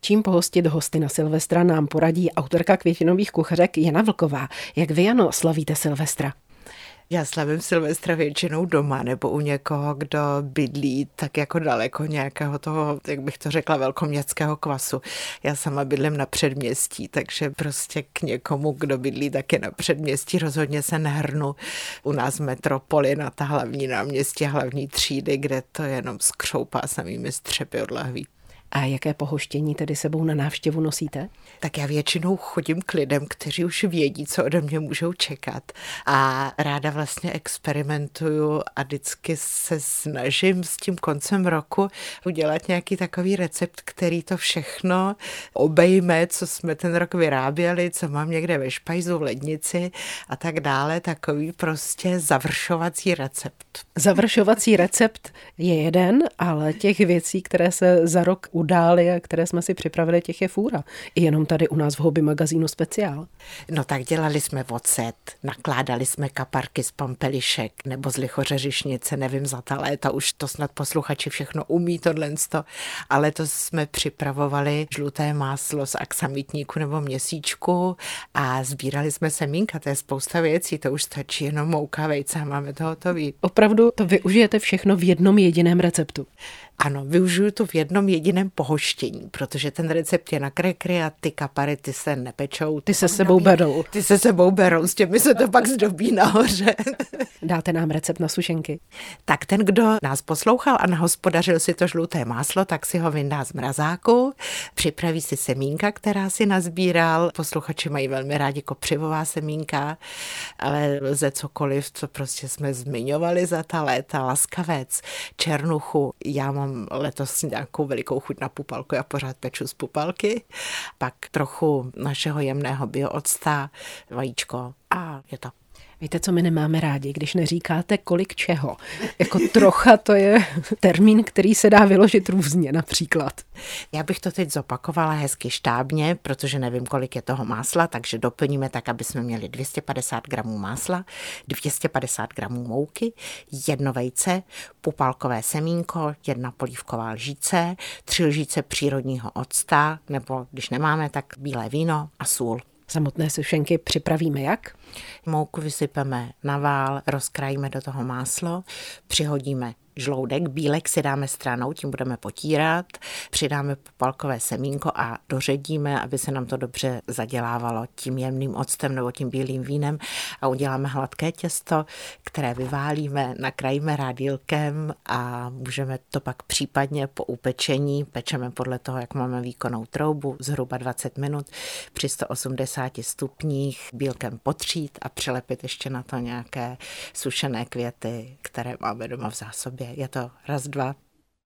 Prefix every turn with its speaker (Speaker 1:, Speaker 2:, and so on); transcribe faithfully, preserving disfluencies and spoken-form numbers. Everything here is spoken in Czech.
Speaker 1: Čím pohostit hosty na Silvestra nám poradí autorka květinových kuchařek Jana Vlková. Jak vy, Jano, slavíte Silvestra?
Speaker 2: Já slavím Silvestra většinou doma nebo u někoho, kdo bydlí tak jako daleko nějakého toho, jak bych to řekla, velkoměstského kvasu. Já sama bydlím na předměstí, takže prostě k někomu, kdo bydlí taky na předměstí, rozhodně se nehrnu u nás v metropoli na ta hlavní náměstí, hlavní třídy, kde to jenom skřoupá samými střepy od lahví.
Speaker 1: A jaké pohoštění tedy sebou na návštěvu nosíte?
Speaker 2: Tak já většinou chodím k lidem, kteří už vědí, co ode mě můžou čekat. A ráda vlastně experimentuju a vždycky se snažím s tím koncem roku udělat nějaký takový recept, který to všechno obejme, co jsme ten rok vyráběli, co mám někde ve špajzu, v lednici a tak dále. Takový prostě završovací recept.
Speaker 1: Završovací recept je jeden, ale těch věcí, které se za rok udály a které jsme si připravili, těch je fůra. I jenom tady u nás v Hobby magazínu Speciál.
Speaker 2: No tak dělali jsme ocet, nakládali jsme kaparky z pampelišek nebo z lichořeřišnice, nevím, za ta léta už to snad posluchači všechno umí tohlensto, ale to jsme připravovali žluté máslo z aksamitníku nebo měsíčku a sbírali jsme semínka, to je spousta věcí, to už stačí jenom mouka, vejce a máme to hotový.
Speaker 1: Opravdu to využijete všechno v jednom jediném receptu?
Speaker 2: Ano, využiju to v jednom jediném pohoštění, protože ten recept je na krekry a ty kapary, ty se nepečou.
Speaker 1: Ty se sebou berou.
Speaker 2: Ty se sebou berou, s těmi se to pak zdobí nahoře.
Speaker 1: Dáte nám recept na sušenky?
Speaker 2: Tak ten, kdo nás poslouchal a nahospodařil si to žluté máslo, tak si ho vyndá z mrazáku, připraví si semínka, která si nazbíral. Posluchači mají velmi rádi kopřivová semínka, ale lze cokoliv, co prostě jsme zmiňovali za ta léta, laskavec, černuchu. Já mám letos nějakou velikou chuť na pupalku, já pořád peču z pupalky, pak trochu našeho jemného bioocta, vajíčko a je to.
Speaker 1: Víte, co my nemáme rádi, když neříkáte kolik čeho. Jako trocha to je termín, který se dá vyložit různě například.
Speaker 2: Já bych to teď zopakovala hezky štábně, protože nevím, kolik je toho másla, takže doplníme tak, aby jsme měli dvě stě padesát gramů másla, dvě stě padesát gramů mouky, jedno vejce, pupalkové semínko, jedna polívková lžíce, tři lžíce přírodního octa, nebo když nemáme, tak bílé víno a sůl.
Speaker 1: Samotné sušenky připravíme jak?
Speaker 2: Mouku vysypeme na vál, rozkrajíme do toho máslo, přihodíme žloudek, bílek si dáme stranou, tím budeme potírat, přidáme pupalkové semínko a doředíme, aby se nám to dobře zadělávalo tím jemným octem nebo tím bílým vínem a uděláme hladké těsto, které vyválíme, nakrájíme rádílkem a můžeme to pak případně po upečení, pečeme podle toho, jak máme výkonnou troubu, zhruba dvacet minut při sto osmdesáti stupních bílkem potřít a přilepit ještě na to nějaké sušené květy, které máme doma v zásobě. Je to raz, dva,